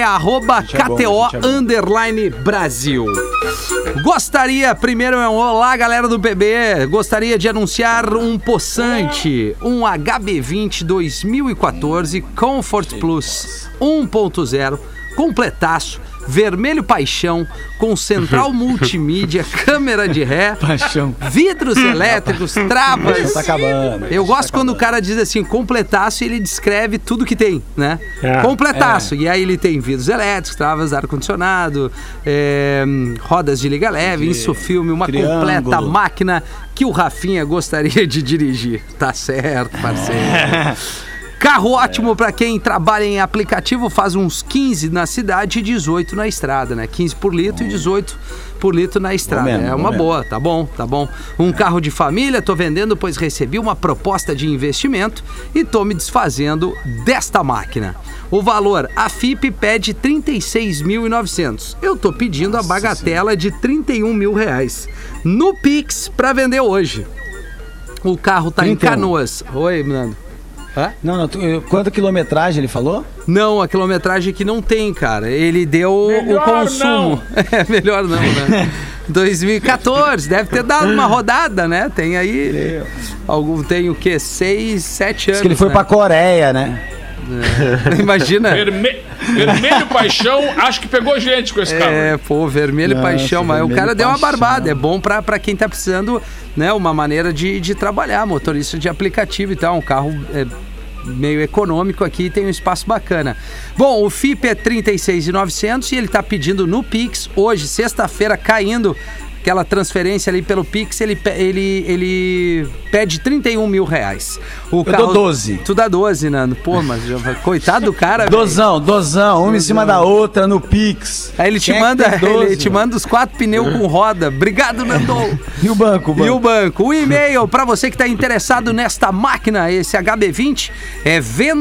@KTO_Brasil. Gostaria, primeiro é um olá, galera do PB. Gostaria de anunciar um possante, um HB20 2014 Comfort Plus 1.0, completaço. Vermelho paixão, com central multimídia, câmera de ré, Paixão. vidros elétricos, travas. Tá acabando. Eu gosto quando o cara diz assim, completaço, e ele descreve tudo que tem, né? É. Completaço. E aí ele tem vidros elétricos, travas, ar-condicionado, rodas de liga leve, insufilme, uma triângulo. completa máquina que o Rafinha gostaria de dirigir. Tá certo, parceiro. Carro ótimo pra quem trabalha em aplicativo, faz uns 15 na cidade e 18 na estrada, né? 15 por litro e 18 por litro na estrada. É uma boa, tá bom, tá bom. Um carro de família, tô vendendo, pois recebi uma proposta de investimento e tô me desfazendo desta máquina. O valor, a FIP pede 36.900. Eu tô pedindo a bagatela de 31 mil reais. No Pix pra vender hoje. O carro tá 31. Em Canoas. Oi, Nando. Hã? Não, quanta quilometragem ele falou? Não, a quilometragem que não tem, cara. Ele deu melhor o consumo. É, melhor não, né? 2014, deve ter dado uma rodada, né? Tem aí. Tem o quê? 6, 7 anos. Diz que ele foi pra Coreia, né? É. Imagina. Vermelho paixão, acho que pegou gente com esse carro. É, pô, vermelho paixão, mas o cara deu uma barbada. É bom pra quem tá precisando, né? Uma maneira de trabalhar, motorista de aplicativo e tal. Um carro meio econômico aqui, tem um espaço bacana. Bom, o FIP é 36.900 e ele tá pedindo no Pix hoje, sexta-feira, caindo aquela transferência ali pelo Pix, ele pede 31 mil reais. Eu dou 12. Tu dá 12, Nando. Pô, mas coitado do cara, Dozão, uma em cima da outra no Pix. Aí ele te manda os 4 pneus com roda. Obrigado, Nando. E o banco? E o banco. O e-mail pra você que tá interessado nesta máquina, esse HB20, é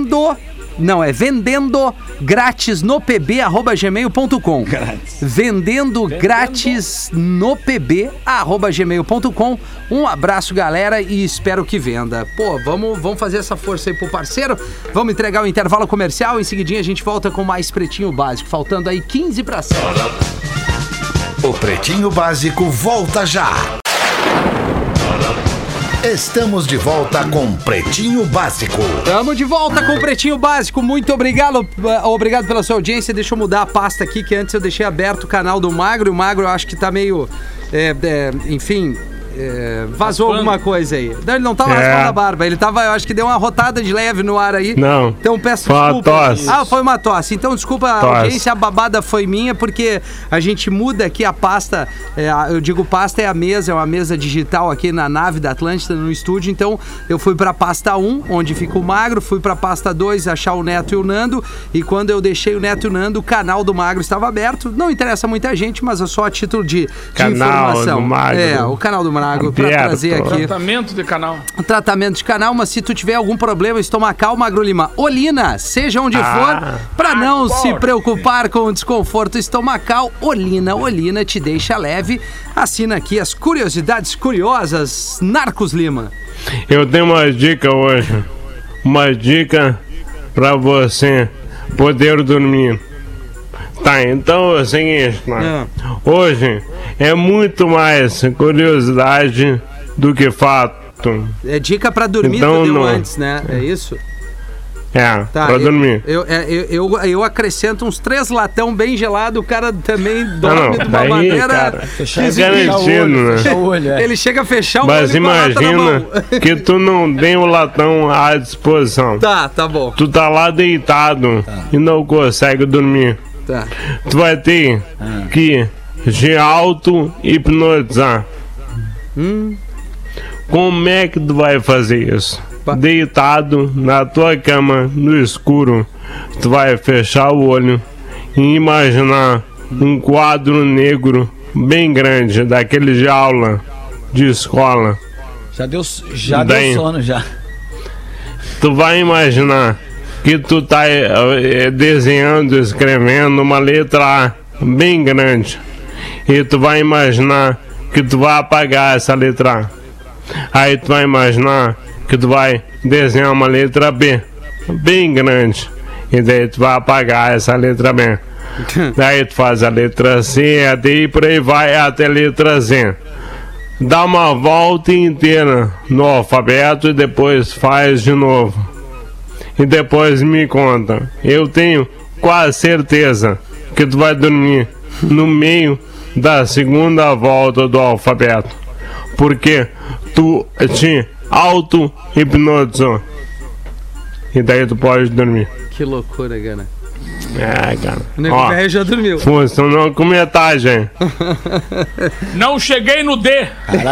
vendendo grátis no pb@gmail.com. Vendendo grátis no pb@gmail.com. Um abraço, galera, e espero que venda. Pô, vamos fazer essa força aí pro parceiro. Vamos entregar o intervalo comercial. Em seguidinha a gente volta com mais Pretinho Básico. Faltando aí 15 para 7. O Pretinho Básico volta já. Estamos de volta com Pretinho Básico. Estamos de volta com o Pretinho Básico. Muito obrigado pela sua audiência. Deixa eu mudar a pasta aqui, que antes eu deixei aberto o canal do Magro. E o Magro eu acho que tá meio... enfim... vazou alguma coisa aí. Não, ele não tava raspando a barba, ele tava, eu acho que deu uma rotada de leve no ar aí. Não. Então peço foi desculpa. Uma tosse. Foi uma tosse. Então desculpa a audiência, a babada foi minha, porque a gente muda aqui a pasta, eu digo pasta é a mesa, é uma mesa digital aqui na nave da Atlântida, no estúdio, então eu fui pra pasta 1, onde fica o Magro, fui pra pasta 2, achar o Neto e o Nando, e quando eu deixei o Neto e o Nando, o canal do Magro estava aberto, não interessa muita gente, mas é só a título de informação. Do Magro. O canal do Magro, pra trazer aqui. Tratamento de canal. Tratamento de canal, mas se tu tiver algum problema estomacal, Magro Lima, Olina, seja onde for, pra não se preocupar com o desconforto estomacal, Olina te deixa leve. Assina aqui as curiosidades curiosas, Narcos Lima. Eu tenho uma dica hoje. Uma dica pra você poder dormir. Tá, então é o seguinte, né? Hoje é muito mais curiosidade do que fato. É dica pra dormir, então, tu deu antes, né? É isso? É, tá, pra dormir. Eu acrescento uns 3 latão bem gelado, o cara também dorme de uma maneira... Cara, garantido, né? Ele chega a fechar o olho. Mas imagina que tu não tem o latão à disposição. Tá bom. Tu tá lá deitado e não consegue dormir. Tá. Tu vai ter que te auto-hipnotizar. Como é que tu vai fazer isso? Deitado na tua cama, no escuro, tu vai fechar o olho e imaginar um quadro negro bem grande, daquele de aula, de escola. Já deu sono, já. Tu vai imaginar que tu tá desenhando, escrevendo uma letra A bem grande. E tu vai imaginar que tu vai apagar essa letra A. Aí tu vai imaginar que tu vai desenhar uma letra B bem grande. E daí tu vai apagar essa letra B. Daí tu faz a letra C, a D e por aí vai até a letra Z. Dá uma volta inteira no alfabeto e depois faz de novo. E depois me conta. Eu tenho quase certeza que tu vai dormir no meio da segunda volta do alfabeto. Porque tu te auto-hipnotizou. E daí tu pode dormir. Que loucura, cara. Cara. O nego velho já dormiu. Funcionou com metade, hein? Não cheguei no D.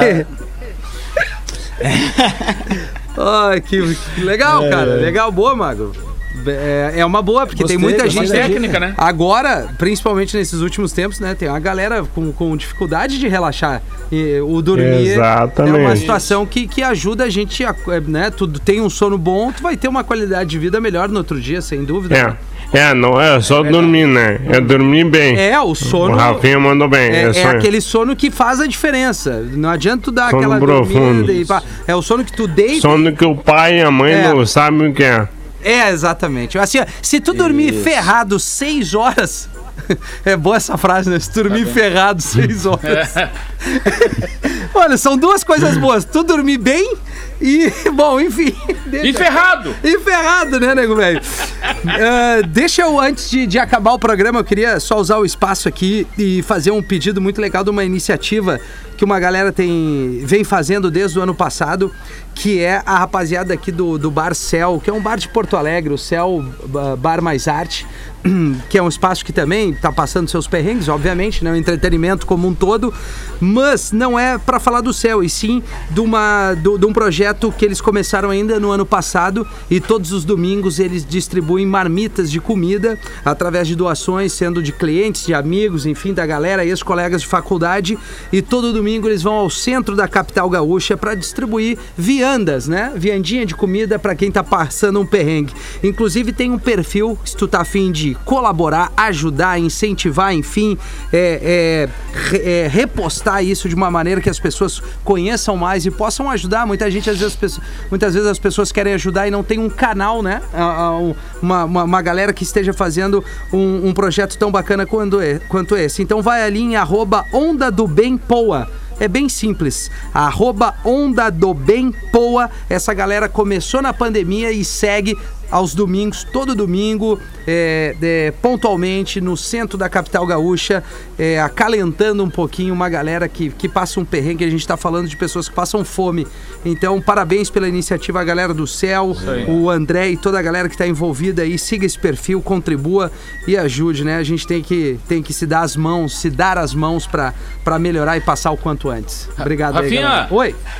Ai, que legal, cara. Legal, boa, Magro. É uma boa, porque tem muita gente técnica, né? Agora, principalmente nesses últimos tempos, né? Tem uma galera com dificuldade de relaxar. E o dormir Exatamente. É uma situação que ajuda a gente a, né? Tu tem um sono bom, tu vai ter uma qualidade de vida melhor no outro dia, sem dúvida. Não é só dormir, né? É dormir bem. O sono. O Rafinha mandou bem. É aquele sono que faz a diferença. Não adianta tu dar sono aquela profundo. dormida é o sono que tu deita. Sono que o pai e a mãe não sabem o que é. Exatamente. Assim, se tu dormir ferrado 6 horas... É boa essa frase, né? Se dormir ferrado 6 horas. Olha, são duas coisas boas. Tu dormir bem e, bom, enfim. E ferrado! E ferrado, né, nego velho? Deixa eu, antes de acabar o programa, eu queria só usar o espaço aqui e fazer um pedido muito legal de uma iniciativa que uma galera vem fazendo desde o ano passado, que é a rapaziada aqui do Bar Céu, que é um bar de Porto Alegre, o Céu Bar Mais Arte, que é um espaço que também está passando seus perrengues, obviamente, né? O entretenimento como um todo, mas não é para falar do Céu, e sim de um projeto que eles começaram ainda no ano passado, e todos os domingos eles distribuem marmitas de comida através de doações, sendo de clientes, de amigos, enfim, da galera, ex-colegas de faculdade, e todo domingo eles vão ao centro da capital gaúcha para distribuir viandas, né? Viandinha de comida para quem tá passando um perrengue. Inclusive tem um perfil, se tu tá afim de colaborar, ajudar, incentivar, enfim, repostar isso de uma maneira que as pessoas conheçam mais e possam ajudar. Muitas vezes as pessoas querem ajudar e não tem um canal, né? Uma galera que esteja fazendo um projeto tão bacana quanto esse. Então vai ali em @OndaDoBemPoa. É bem simples, @OndaDoBemPoa. Essa galera começou na pandemia e segue aos domingos, todo domingo, pontualmente no centro da capital gaúcha, acalentando um pouquinho uma galera que passa um perrengue. A gente está falando de pessoas que passam fome. Então, parabéns pela iniciativa, a galera do Céu, o André e toda a galera que está envolvida aí. Siga esse perfil, contribua e ajude, né? A gente tem que se dar as mãos para melhorar e passar o quanto antes. Obrigado, Rafinha, aí, galera. Oi.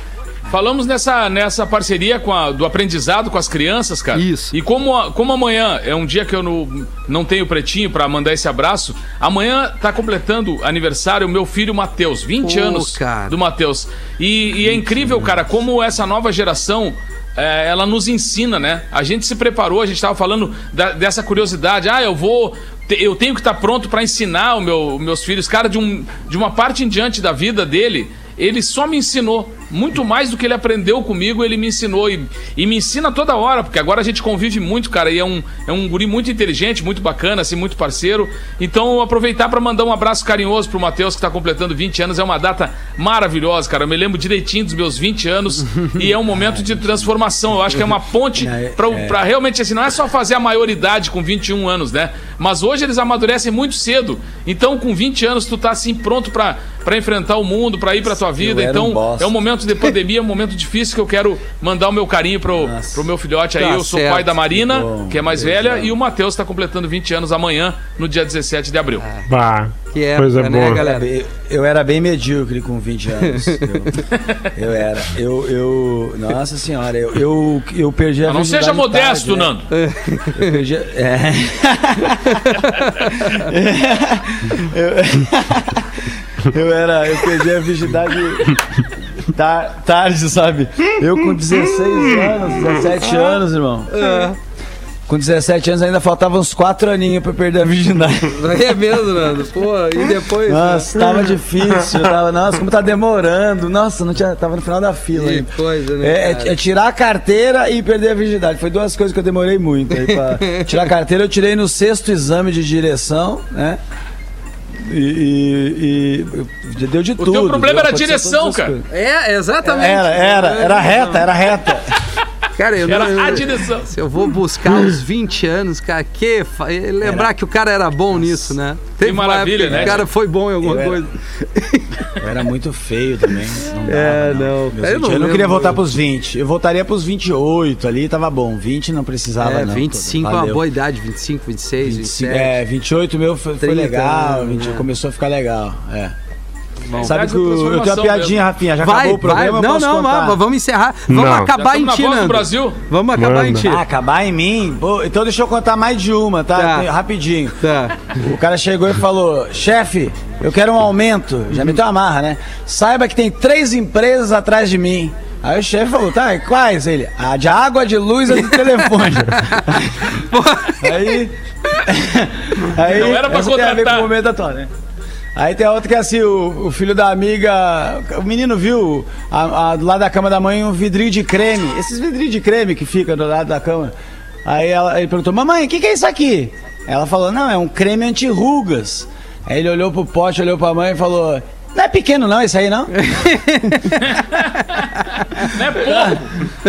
Falamos nessa parceria do aprendizado com as crianças, cara. Isso. E como amanhã é um dia que eu não tenho Pretinho pra mandar esse abraço, amanhã tá completando aniversário o meu filho Matheus, 20 anos cara. do Matheus. E é incrível, cara, como essa nova geração... ela nos ensina, né? A gente se preparou, a gente tava falando dessa curiosidade. Eu tenho que estar pronto para ensinar meus filhos. Cara, de uma parte em diante da vida dele, ele só me ensinou. Muito mais do que ele aprendeu comigo, ele me ensinou. E me ensina toda hora, porque agora a gente convive muito, cara. E é um guri muito inteligente, muito bacana, assim, muito parceiro. Então, aproveitar para mandar um abraço carinhoso pro Matheus, que tá completando 20 anos. É uma data maravilhosa, cara. Eu me lembro direitinho dos meus 20 anos. E é um momento de transformação. Eu acho que é uma ponte pra realmente, assim, não é só fazer a maioridade com 21 anos, né? Mas hoje eles amadurecem muito cedo. Então, com 20 anos, tu tá, assim, pronto pra enfrentar o mundo, pra ir pra tua vida. Então, é um momento de pandemia, é um momento difícil que eu quero mandar o meu carinho pro meu filhote aí. Eu sou pai da Marina, que é mais velha, e o Matheus tá completando 20 anos amanhã, no dia 17 de abril. Que é, coisa boa, né, galera? Eu era bem medíocre com 20 anos. Eu era. Nossa senhora, eu perdi a virgindade. Não seja modesto, tarde, Nando. Eu perdi. Eu perdi a virgindade tarde, sabe? Eu com 16 anos, 17 anos, irmão. Com 17 anos ainda faltavam uns 4 aninhos pra perder a virgindade. É mesmo, Nando? Pô, e depois... Nossa, tava difícil. Nossa, como tá demorando. Nossa, tava no final da fila. Que coisa, né, é tirar a carteira e perder a virgindade. Foi 2 coisas que eu demorei muito. Aí pra tirar a carteira eu tirei no 6º exame de direção, né? E deu de tudo. O teu problema era a direção, cara. Exatamente. Era reta. Cara, era a direção. Se eu vou buscar os 20 anos, cara, lembrar que o cara era bom nisso, né? Que maravilha, né? O cara foi bom em alguma coisa. Eu era muito feio também. Eu não queria voltar pros 20. Eu voltaria pros 28 ali, tava bom. 20 não precisava, não. 25 é uma boa idade, 25, 26, 27. 28 meu foi 30, legal. 20 começou a ficar legal. Bom, sabe que eu tenho uma piadinha, Rafinha. Já acabou o programa? Vamos encerrar. Vamos acabar em ti, Nando. Brasil? Vamos acabar em ti. Acabar em mim? Pô, então deixa eu contar mais de uma, tá? Rapidinho. Tá. O cara chegou e falou: chefe, eu quero um aumento. Já meteu uma marra, né? Saiba que tem 3 empresas atrás de mim. Aí o chefe falou: tá, quais? Ele: a de água, de luz e de telefone. aí não era pra essa tem a ver com o contratar. momento atual, né? Aí tem a outra que é assim, o filho da amiga, o menino viu do lado da cama da mãe um vidrinho de creme, esses vidrinhos de creme que fica do lado da cama. Aí ele perguntou: mamãe, o que é isso aqui? Ela falou: não, é um creme anti-rugas. Aí ele olhou pro pote, olhou pra mãe e falou: não é pequeno não, isso aí não? Não é pouco.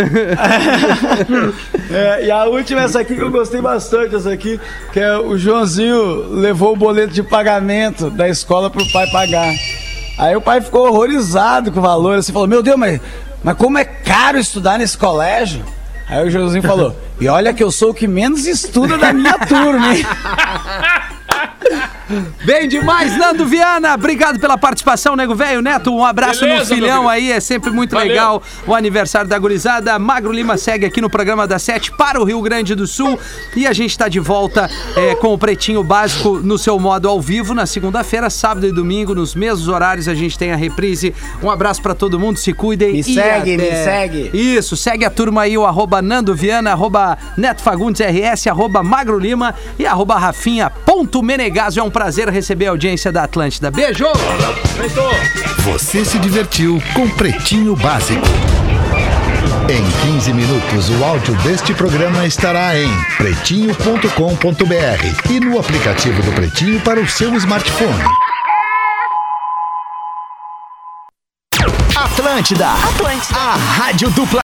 E a última, essa aqui que eu gostei bastante, essa aqui, que é o Joãozinho levou o boleto de pagamento da escola pro pai pagar. Aí o pai ficou horrorizado com o valor, assim, falou: meu Deus, mas como é caro estudar nesse colégio? Aí o Joãozinho falou: e olha que eu sou o que menos estuda da minha turma, hein? Bem demais, Nando Viana. Obrigado pela participação, nego velho. Neto, um abraço. Beleza, no filhão aí. É sempre muito legal o aniversário da gurizada. Magro Lima segue aqui no programa das 7 para o Rio Grande do Sul. E a gente tá de volta com o Pretinho Básico no seu modo ao vivo na segunda-feira, sábado e domingo, nos mesmos horários. A gente tem a reprise. Um abraço pra todo mundo. Se cuidem. Me segue. Isso, segue a turma aí, o @Nando Viana, @Neto Fagundes RS, @Magro Lima e @Rafinha.Menegaso. É um prazer receber a audiência da Atlântida. Beijo! Você se divertiu com Pretinho Básico. Em 15 minutos, o áudio deste programa estará em pretinho.com.br e no aplicativo do Pretinho para o seu smartphone. Atlântida. A rádio dupla.